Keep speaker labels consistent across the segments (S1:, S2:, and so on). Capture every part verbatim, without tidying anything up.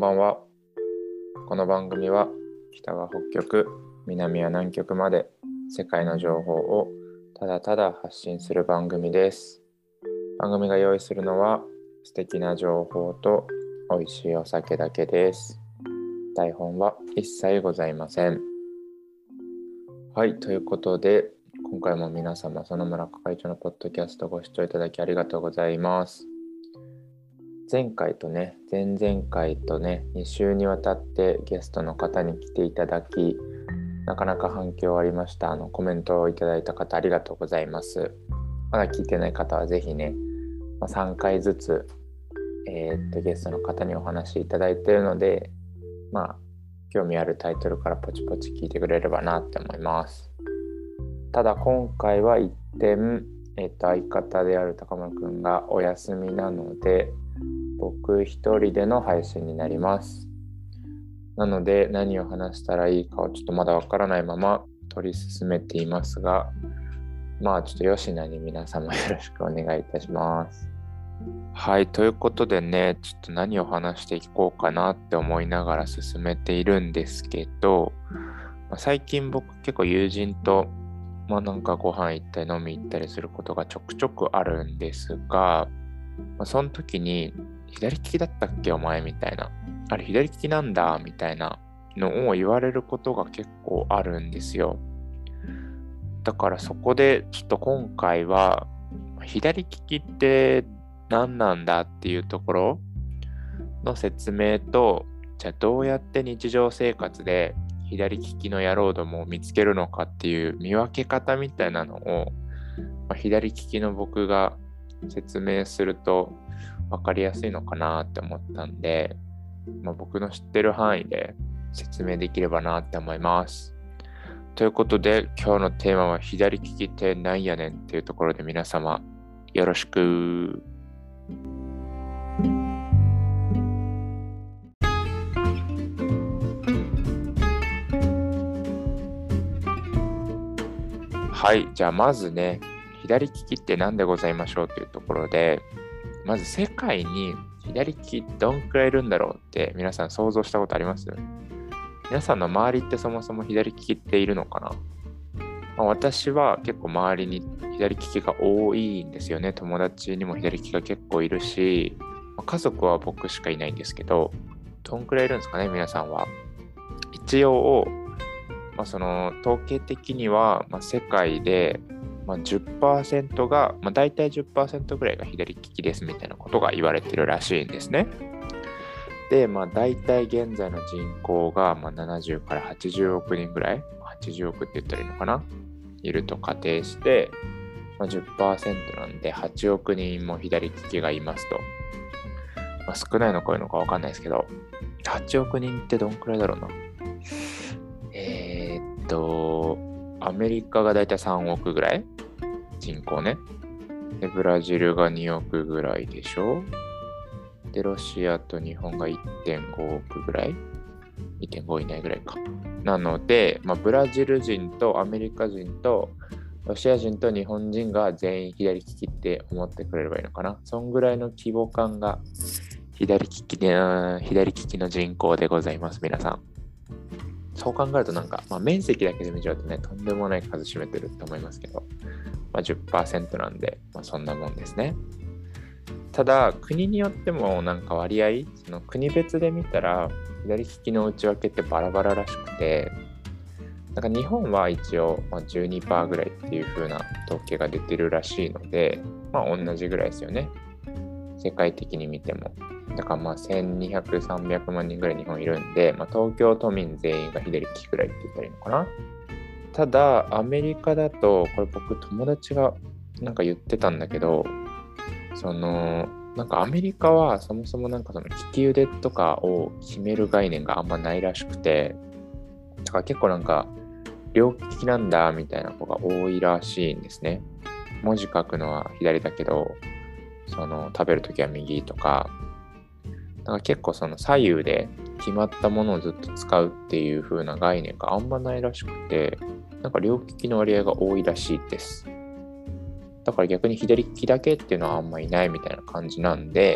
S1: んばんは。この番組は北は北極、南は南極まで世界の情報をただただ発信する番組です。番組が用意するのは素敵な情報と美味しいお酒だけです。台本は一切ございません。はい、ということで今回も皆様園村係長のポッドキャストご視聴いただきありがとうございます。前回とね、前々回とね、に週にわたってゲストの方に来ていただき、なかなか反響ありました。あのコメントをいただいた方ありがとうございます。まだ聞いてない方はぜひね、まあ、さんかいずつ、えー、っとゲストの方にお話しいただいているので、まあ興味あるタイトルからポチポチ聞いてくれればなって思います。ただ今回は一点、えー、っと相方である高村くんがお休みなので、僕一人での配信になります。なので何を話したらいいかをちょっとまだわからないまま取り進めていますが、まあちょっと吉野に皆様よろしくお願いいたします。はい、ということでね、ちょっと何を話していこうかなって思いながら進めているんですけど、まあ、最近僕結構友人とまあなんかご飯行ったり飲み行ったりすることがちょくちょくあるんですが、まあ、その時に左利きだったっけお前みたいな、あれ左利きなんだみたいなのを言われることが結構あるんですよ。だからそこでちょっと今回は左利きって何なんだっていうところの説明と、じゃあどうやって日常生活で左利きの野郎どもを見つけるのかっていう見分け方みたいなのを、まあ、左利きの僕が説明すると分かりやすいのかなって思ったんで、まあ、僕の知ってる範囲で説明できればなって思います。ということで今日のテーマは左利きってなんやねんっていうところで、皆様よろしく。はい、じゃあまずね、左利きって何でございましょうというところで、まず世界に左利きどんくらいいるんだろうって皆さん想像したことあります？皆さんの周りってそもそも左利きっているのかな？まあ、私は結構周りに左利きが多いんですよね。友達にも左利きが結構いるし、まあ、家族は僕しかいないんですけど、どんくらいいるんですかね皆さんは。一応、まあ、その統計的には、まあ、世界でまあ、じゅっパーセント が、まあ、大体 じゅっパーセント ぐらいが左利きですみたいなことが言われてるらしいんですね。で、まあ、大体現在の人口が、まあ、ななじゅうからはちじゅうおくにんぐらい、はちじゅうおくって言ったらいいのかな、いると仮定して、まあ、じゅっパーセント なんではちおくにんも左利きがいますと。まあ、少ないのか多いのか分かんないですけど、はちおくにんってどんくらいだろうな。えー、っと、アメリカがだいたいさんおくぐらい人口ね。で、ブラジルがにおくぐらいでしょ。で、ロシアと日本が いってんごおくぐらい ?いってんご 以内ぐらいか。なので、まあ、ブラジル人とアメリカ人とロシア人と日本人が全員左利きって思ってくれればいいのかな。そんぐらいの規模感が左利きで、左利きの人口でございます、皆さん。そう考えるとなんか、まあ、面積だけで見ちゃうとね、とんでもない数占めてると思いますけど、まあ、じゅっパーセント なんで、まあ、そんなもんですね。ただ、国によってもなんか割合、その国別で見たら、左利きの内訳ってバラバラらしくて、なんか日本は一応、まあ、じゅうにパーセント ぐらいっていう風な統計が出てるらしいので、まあ同じぐらいですよね。世界的に見ても。だからまあせんにひゃく、さんびゃくまんにんぐらい日本いるんで、まあ、東京都民全員が左利きぐらいって言ったらいいのかな。ただアメリカだと、これ僕友達がなんか言ってたんだけど、そのなんかアメリカはそもそもなんかその利き腕とかを決める概念があんまないらしくて、だから結構なんか両利きなんだみたいな子が多いらしいんですね。文字書くのは左だけど、その食べるときは右とか、だから結構その左右で決まったものをずっと使うっていう風な概念があんまないらしくて、なんか両利きの割合が多いらしいです。だから逆に左利きだけっていうのはあんまいないみたいな感じなんで、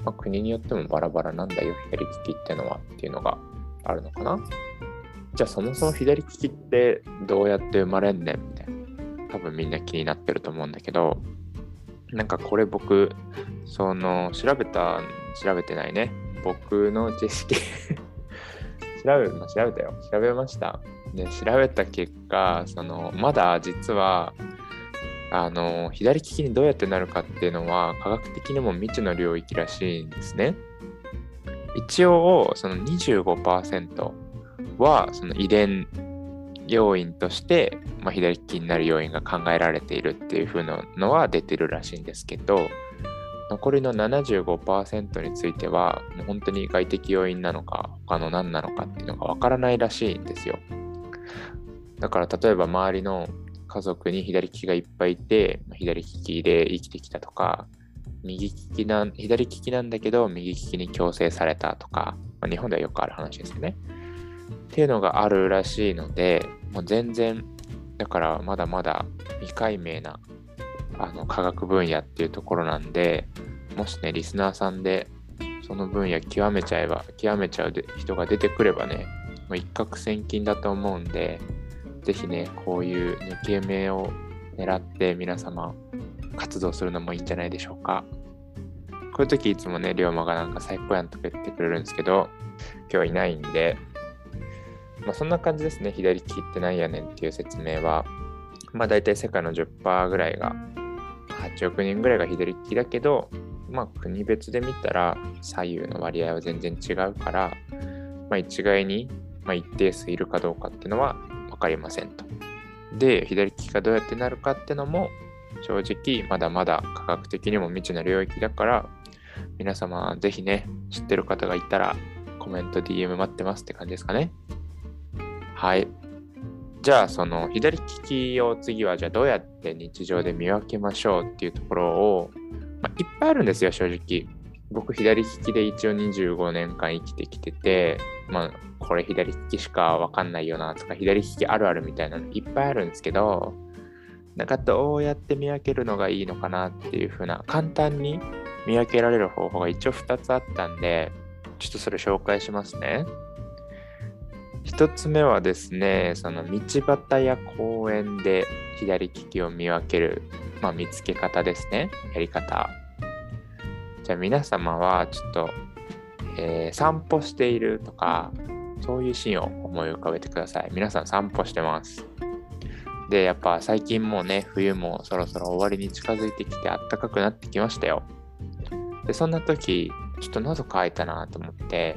S1: まあ、国によってもバラバラなんだよ、左利きってのはっていうのがあるのかな。じゃあそもそも左利きってどうやって生まれんねんみたいな、多分みんな気になってると思うんだけど、なんかこれ僕その調べた調べてないね僕の知識調べ、まあ、調べたよ調べましたで調べた結果、そのまだ実はあの左利きにどうやってなるかっていうのは科学的にも未知の領域らしいんですね。一応その にじゅうごパーセント はその遺伝要因として、まあ、左利きになる要因が考えられているっていう風なのは出てるらしいんですけど、残りの ななじゅうごパーセント についてはもう本当に外的要因なのか他の何なのかっていうのがわからないらしいんですよ。だから例えば周りの家族に左利きがいっぱいいて、左利きで生きてきたとか、右利きな左利きなんだけど右利きに強制されたとか、まあ、日本ではよくある話ですよねっていうのがあるらしいので、もう全然だからまだまだ未解明なあの科学分野っていうところなんで、もしねリスナーさんでその分野極めちゃえば極めちゃう人が出てくればね、もう一攫千金だと思うんで、ぜひねこういう抜け目を狙って皆様活動するのもいいんじゃないでしょうか。こういう時いつもね龍馬がなんか最高やんとか言ってくれるんですけど、今日はいないんで、まあそんな感じですね。左利きってなんやねんっていう説明は、まあ大体世界の じゅっパーセント ぐらいがはちおくにんぐらいが左利きだけど、まあ国別で見たら左右の割合は全然違うから、まあ一概に、まあ、一定数いるかどうかっていうのは分かりませんと。で、左利きがどうやってなるかっていうのも正直まだまだ科学的にも未知の領域だから、皆様ぜひね知ってる方がいたらコメント ディーエム 待ってますって感じですかね。はい。じゃあその左利きを次はじゃあどうやって日常で見分けましょうっていうところを、まあ、いっぱいあるんですよ正直。僕左利きで一応にじゅうごねんかん生きてきてて、まあこれ左利きしかわかんないよなとか左利きあるあるみたいなのいっぱいあるんですけど、なんかどうやって見分けるのがいいのかなっていう風な簡単に見分けられる方法が一応ふたつあったんで、ちょっとそれ紹介しますね。一つ目はですね、その道端や公園で左利きを見分ける、まあ、見つけ方ですね、やり方。じゃあ皆様はちょっと、えー、散歩しているとか、そういうシーンを思い浮かべてください。皆さん散歩してます。で、やっぱ最近もうね、冬もそろそろ終わりに近づいてきて暖かくなってきましたよ。で、そんな時、ちょっと喉乾いたなと思って、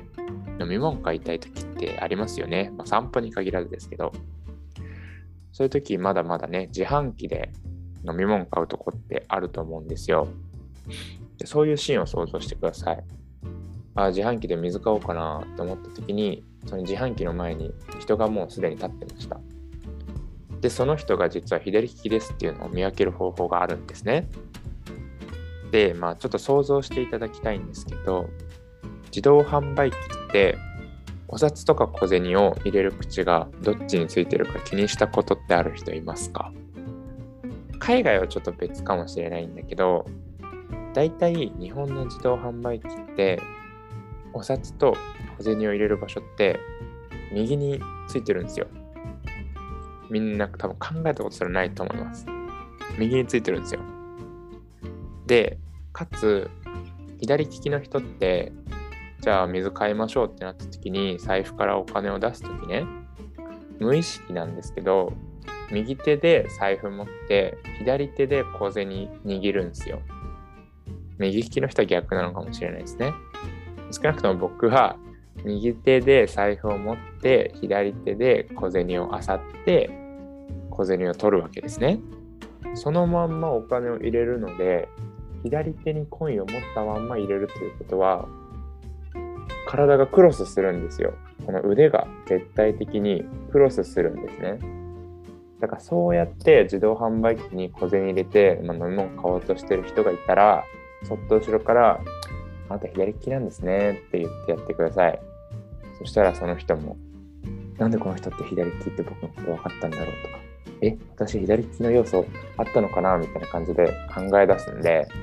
S1: 飲み物買いたい時ってありますよね。まあ、散歩に限らずですけど。そういう時まだまだね、自販機で飲み物買うとこってあると思うんですよ。でそういうシーンを想像してください。あ、自販機で水買おうかなと思った時に、その自販機の前に人がもうすでに立ってました。で、その人が実は左利きですっていうのを見分ける方法があるんですね。で、まあちょっと想像していただきたいんですけど、自動販売機ってお札とか小銭を入れる口がどっちについてるか気にしたことってある人いますか？海外はちょっと別かもしれないんだけど、だいたい日本の自動販売機ってお札と小銭を入れる場所って右についてるんですよ。みんな多分考えたことそれないと思います。右についてるんですよ。で、かつ左利きの人ってじゃあ水買いましょうってなった時に財布からお金を出す時ね、無意識なんですけど右手で財布持って左手で小銭握るんですよ。右利きの人は逆なのかもしれないですね。少なくとも僕は右手で財布を持って左手で小銭を漁って小銭を取るわけですね。そのまんまお金を入れるので、左手にコインを持ったまんま入れるということは体がクロスするんですよ。この腕が絶対的にクロスするんですね。だからそうやって自動販売機に小銭入れて、まあ、飲み物買おうとしてる人がいたら、そっと後ろからあなた左利きなんですねって言ってやってください。そしたらその人も、なんでこの人って左利きって僕のこと分かったんだろうとか、え、私左利きの要素あったのかなみたいな感じで考え出すんで、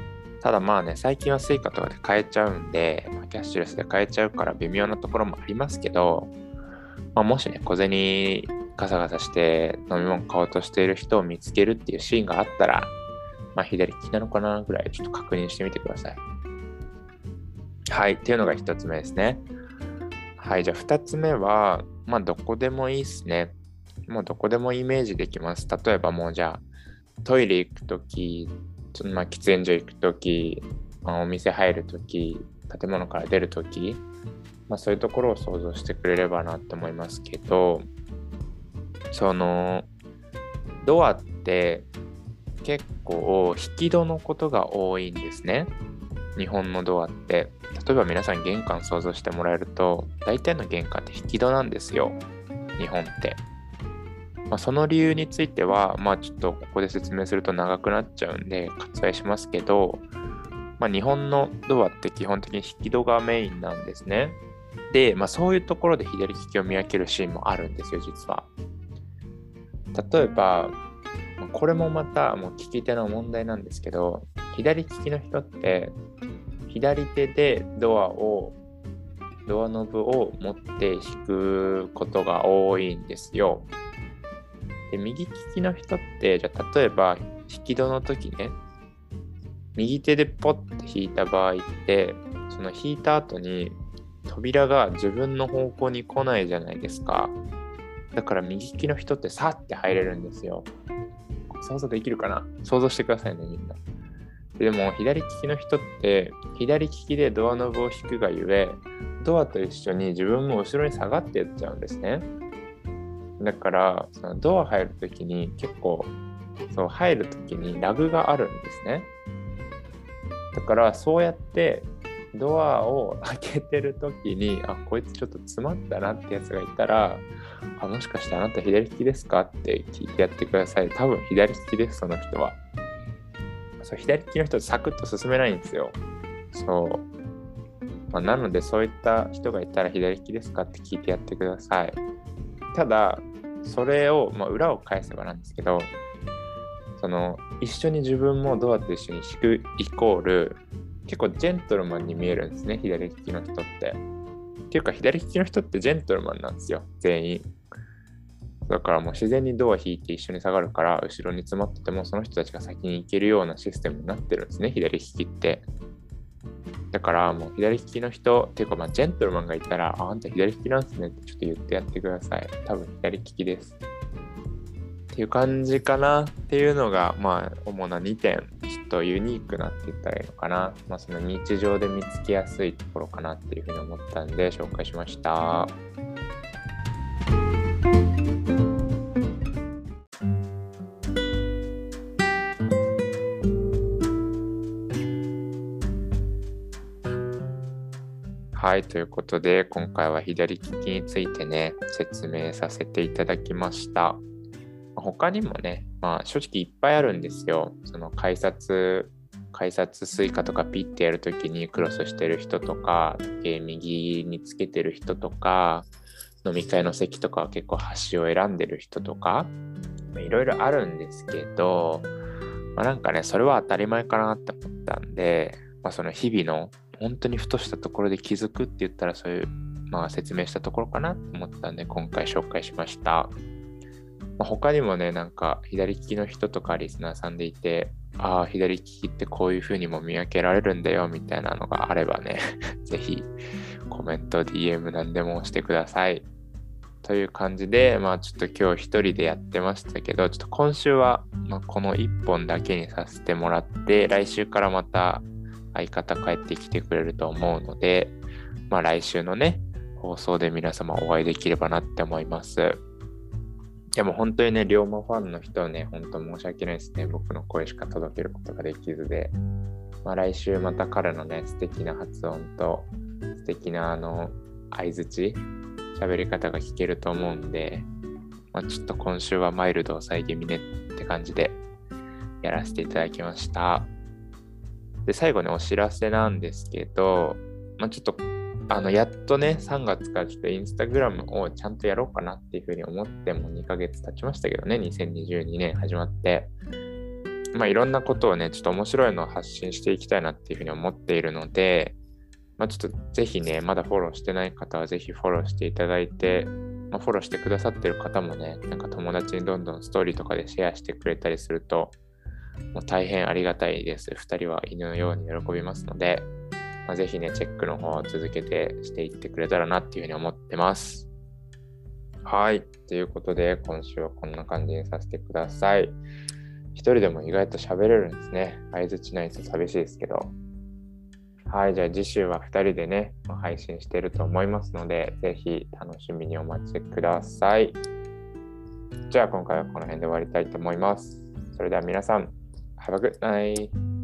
S1: ただまあね、最近はスイカとかで買えちゃうんで、まあ、キャッシュレスで買えちゃうから微妙なところもありますけど、まあ、もしね、小銭ガサガサして飲み物買おうとしている人を見つけるっていうシーンがあったら、まあ、左利きなのかなぐらいちょっと確認してみてください。はい、っていうのが一つ目ですね。はい、じゃあ二つ目は、まあどこでもいいですね。もうどこでもイメージできます。例えばもうじゃあ、トイレ行くとき、まあ、喫煙所行くとき、まあ、お店入るとき、建物から出るとき、まあ、そういうところを想像してくれればなって思いますけど、そのドアって結構引き戸のことが多いんですね。日本のドアって、例えば皆さん玄関想像してもらえると、大体の玄関って引き戸なんですよ、日本って。まあ、その理由については、まあちょっとここで説明すると長くなっちゃうんで割愛しますけど、まあ、日本のドアって基本的に引き戸がメインなんですね。で、まあそういうところで左利きを見分けるシーンもあるんですよ、実は。例えば、これもまたもう利き手の問題なんですけど、左利きの人って左手でドアをドアノブを持って引くことが多いんですよ。で、右利きの人って、じゃあ例えば引き戸の時ね、右手でポッて引いた場合って、その引いた後に扉が自分の方向に来ないじゃないですか。だから右利きの人ってさって入れるんですよ。想像できるかな？想像してくださいね、みんな。でも左利きの人って左利きでドアノブを引くがゆえ、ドアと一緒に自分も後ろに下がっていっちゃうんですね。だからそのドア入るときに結構そう入るときにラグがあるんですね。だからそうやってドアを開けてるときに、あ、こいつちょっと詰まったなってやつがいたら、あ、もしかしてあなた左利きですかって聞いてやってください。多分左利きです、その人は。そう、左利きの人はサクッと進めないんですよ。そう。まあ、なのでそういった人がいたら左利きですかって聞いてやってください。ただ、それを、まあ、裏を返せばなんですけど、その一緒に自分もドアと一緒に引くイコール、結構ジェントルマンに見えるんですね、左利きの人って。っていうか、左利きの人ってジェントルマンなんですよ、全員。だからもう自然にドア引いて一緒に下がるから、後ろに詰まっててもその人たちが先に行けるようなシステムになってるんですね、左利きって。だからもう左利きの人っていうか、まあジェントルマンがいたら、あ、あんた左利きなんですねってちょっと言ってやってください。多分左利きです。っていう感じかなっていうのが、まあ主なにてん、ちょっとユニークなって言ったらいいのかな。まあその日常で見つけやすいところかなっていうふうに思ったんで紹介しました。はい、ということで今回は左利きについてね説明させていただきました。他にもね、まあ正直いっぱいあるんですよ。その改札改札スイカとかピッてやるときにクロスしてる人とか、右につけてる人とか、飲み会の席とかは結構端を選んでる人とか、いろいろあるんですけど、まあ、なんかねそれは当たり前かなって思ったんで、まあ、その日々の本当にふとしたところで気づくって言ったらそういう、まあ、説明したところかなと思ったんで今回紹介しました。まあ、他にもねなんか左利きの人とかリスナーさんでいて、ああ左利きってこういう風にも見分けられるんだよみたいなのがあればねぜひコメント ディーエム 何でもしてくださいという感じで、まあちょっと今日一人でやってましたけど、ちょっと今週は、まあ、このいっぽんだけにさせてもらって、来週からまた相方帰ってきてくれると思うので、まあ来週のね放送で皆様お会いできればなって思います。でも本当にね、龍馬ファンの人はね、本当申し訳ないですね。僕の声しか届けることができずで。まあ来週また彼のね、素敵な発音と素敵なあの相槌、喋り方が聞けると思うんで、まあ、ちょっと今週はマイルドを再現ねって感じでやらせていただきました。で、最後にお知らせなんですけど、まあ、ちょっとあのやっとねさんがつからちょっとインスタグラムをちゃんとやろうかなっていうふうに思ってもにかげつ経ちましたけどね、にせんにじゅうにねん始まってまあいろんなことをね、ちょっと面白いのを発信していきたいなっていうふうに思っているので、まあちょっとぜひね、まだフォローしてない方はぜひフォローしていただいて、まあ、フォローしてくださってる方もね、なんか友達にどんどんストーリーとかでシェアしてくれたりすると、もう大変ありがたいです。ふたりは犬のように喜びますので、まあ、ぜひね、チェックの方を続けてしていってくれたらなっていうふうに思ってます。はい。ということで、今週はこんな感じにさせてください。一人でも意外と喋れるんですね。相づちないと寂しいですけど。はい。じゃあ次週はふたりでね、配信していると思いますので、ぜひ楽しみにお待ちください。じゃあ今回はこの辺で終わりたいと思います。それでは皆さん、Have a good night!